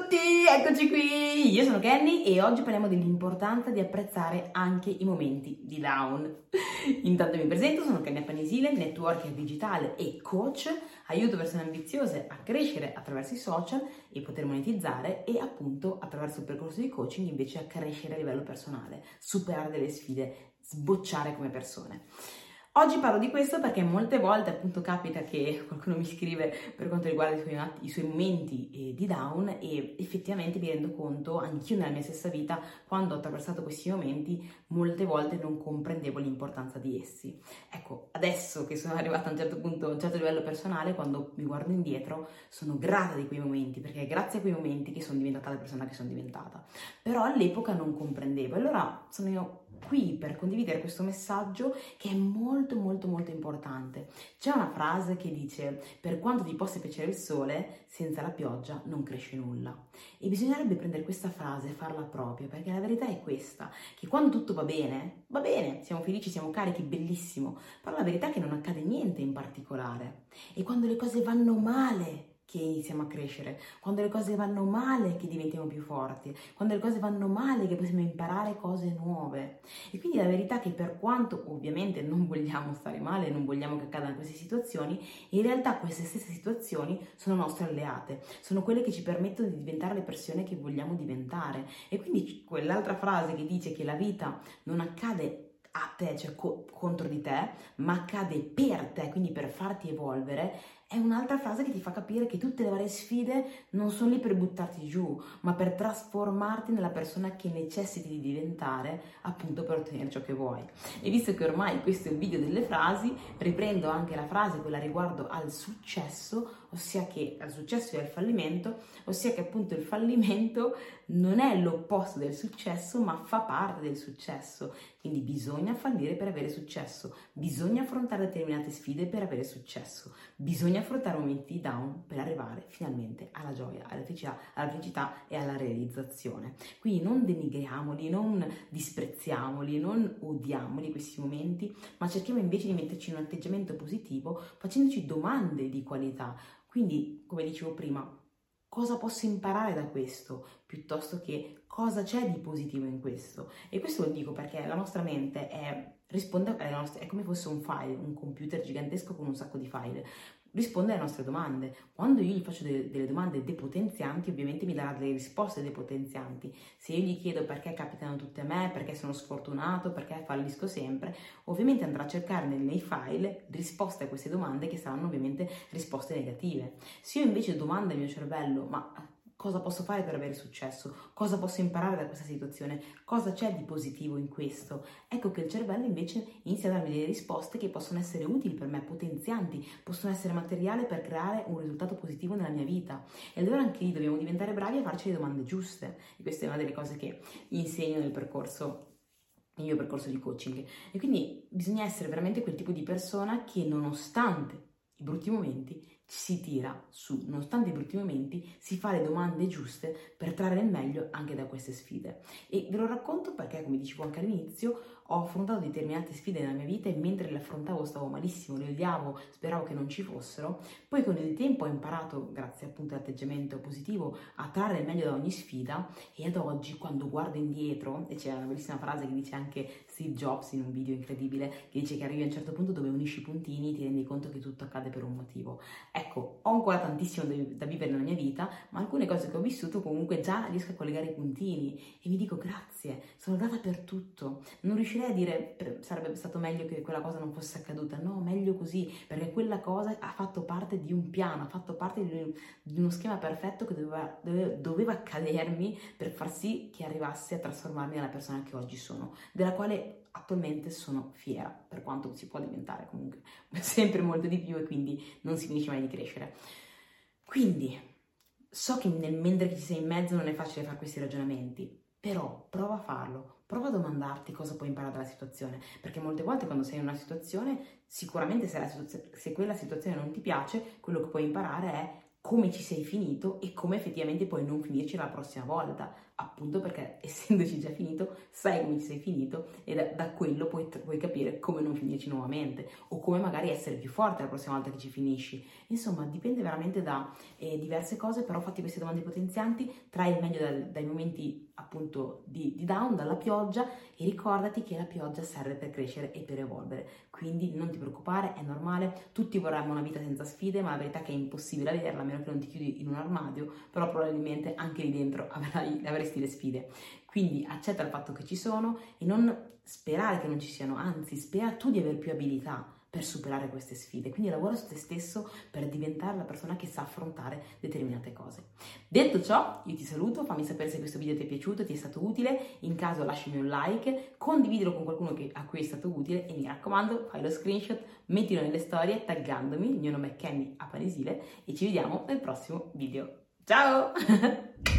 tutti, eccoci qui! Io sono Kenny e oggi parliamo dell'importanza di apprezzare anche i momenti di down. Intanto mi presento, sono Kenny Appanisile, networker digitale e coach. Aiuto persone ambiziose a crescere attraverso i social e poter monetizzare e appunto attraverso il percorso di coaching invece a crescere a livello personale, superare delle sfide, sbocciare come persone. Oggi parlo di questo perché molte volte appunto capita che qualcuno mi scrive per quanto riguarda i suoi momenti di down e effettivamente mi rendo conto, anch'io nella mia stessa vita, quando ho attraversato questi momenti, molte volte non comprendevo l'importanza di essi. Ecco, adesso che sono arrivata a un certo punto, a un certo livello personale, quando mi guardo indietro, sono grata di quei momenti, perché è grazie a quei momenti che sono diventata la persona che sono diventata. Però all'epoca non comprendevo, allora sono io qui per condividere questo messaggio che è molto importante. C'è una frase che dice: per quanto ti possa piacere il sole, senza la pioggia non cresce nulla. E bisognerebbe prendere questa frase e farla propria, perché la verità è questa, che quando tutto va bene, siamo felici, siamo carichi, bellissimo, però la verità è che non accade niente in particolare. E quando le cose vanno male, che iniziamo a crescere, quando le cose vanno male che diventiamo più forti, quando le cose vanno male che possiamo imparare cose nuove. E quindi la verità è che per quanto ovviamente non vogliamo stare male, non vogliamo che accadano queste situazioni, in realtà queste stesse situazioni sono nostre alleate, sono quelle che ci permettono di diventare le persone che vogliamo diventare. E quindi quell'altra frase che dice che la vita non accade a te, cioè contro di te, ma accade per te, quindi per farti evolvere, è un'altra frase che ti fa capire che tutte le varie sfide non sono lì per buttarti giù, ma per trasformarti nella persona che necessiti di diventare, appunto per ottenere ciò che vuoi. E visto che ormai questo è il video delle frasi, riprendo anche la frase, quella riguardo al successo, ossia che al successo e al fallimento, ossia che appunto il fallimento non è l'opposto del successo, ma fa parte del successo. Quindi bisogna fallire per avere successo, bisogna affrontare determinate sfide per avere successo, bisogna affrontare momenti di down per arrivare finalmente alla gioia, alla felicità e alla realizzazione. Quindi non denigriamoli, non disprezziamoli, non odiamoli questi momenti, ma cerchiamo invece di metterci in un atteggiamento positivo facendoci domande di qualità. Quindi, come dicevo prima, cosa posso imparare da questo, piuttosto che cosa c'è di positivo in questo? E questo lo dico perché la nostra mente è come fosse un file, un computer gigantesco con un sacco di file. Risponde alle nostre domande. Quando io gli faccio delle domande depotenzianti, ovviamente mi darà delle risposte depotenzianti. Se io gli chiedo perché capitano tutte a me, perché sono sfortunato, perché fallisco sempre, ovviamente andrà a cercare nei file risposte a queste domande che saranno ovviamente risposte negative. Se io invece domando al mio cervello, ma cosa posso fare per avere successo? Cosa posso imparare da questa situazione? Cosa c'è di positivo in questo? Ecco che il cervello invece inizia a darmi delle risposte che possono essere utili per me, potenzianti, possono essere materiale per creare un risultato positivo nella mia vita. E allora anche lì dobbiamo diventare bravi a farci le domande giuste. E questa è una delle cose che insegno nel mio percorso di coaching. E quindi bisogna essere veramente quel tipo di persona che nonostante i brutti momenti si tira su, nonostante i brutti momenti si fa le domande giuste per trarre il meglio anche da queste sfide. E ve lo racconto perché, come dicevo anche all'inizio, ho affrontato determinate sfide nella mia vita e mentre le affrontavo stavo malissimo, le odiavo, speravo che non ci fossero. Poi con il tempo ho imparato, grazie appunto all'atteggiamento positivo, a trarre il meglio da ogni sfida e ad oggi quando guardo indietro, e c'è una bellissima frase che dice anche Steve Jobs in un video incredibile, che dice che arrivi a un certo punto dove unisci i puntini e ti rendi conto che tutto accade per un motivo. Ecco, ho ancora tantissimo da vivere nella mia vita, ma alcune cose che ho vissuto comunque già riesco a collegare i puntini e mi dico grazie, sono grata per tutto. Non riuscirei a dire sarebbe stato meglio che quella cosa non fosse accaduta, no, meglio così, perché quella cosa ha fatto parte di un piano, ha fatto parte di uno schema perfetto che doveva accadermi per far sì che arrivassi a trasformarmi nella persona che oggi sono, della quale attualmente sono fiera, per quanto si può diventare comunque sempre molto di più e quindi non si finisce mai di crescere. Quindi so che mentre ci sei in mezzo non è facile fare questi ragionamenti, però prova a farlo, prova a domandarti cosa puoi imparare dalla situazione, perché molte volte quando sei in una situazione, sicuramente se quella situazione non ti piace, quello che puoi imparare è come ci sei finito e come effettivamente puoi non finirci la prossima volta, appunto perché essendoci già finito sai come ci sei finito e da quello puoi capire come non finirci nuovamente o come magari essere più forte la prossima volta che ci finisci. Insomma, dipende veramente da diverse cose, però fatti queste domande potenzianti, trai il meglio dai momenti appunto di down, dalla pioggia, e ricordati che la pioggia serve per crescere e per evolvere, quindi non ti preoccupare, è normale, tutti vorremmo una vita senza sfide, ma la verità è che è impossibile averla a meno che non ti chiudi in un armadio, però probabilmente anche lì dentro avresti le sfide. Quindi accetta il fatto che ci sono e non sperare che non ci siano, anzi spera tu di avere più abilità per superare queste sfide, quindi lavora su te stesso per diventare la persona che sa affrontare determinate cose. Detto ciò, io ti saluto, fammi sapere se questo video ti è piaciuto, ti è stato utile, in caso lasciami un like, condividilo con qualcuno a cui è stato utile e mi raccomando fai lo screenshot, mettilo nelle storie taggandomi, il mio nome è Kenny Apanisile e ci vediamo nel prossimo video. Ciao!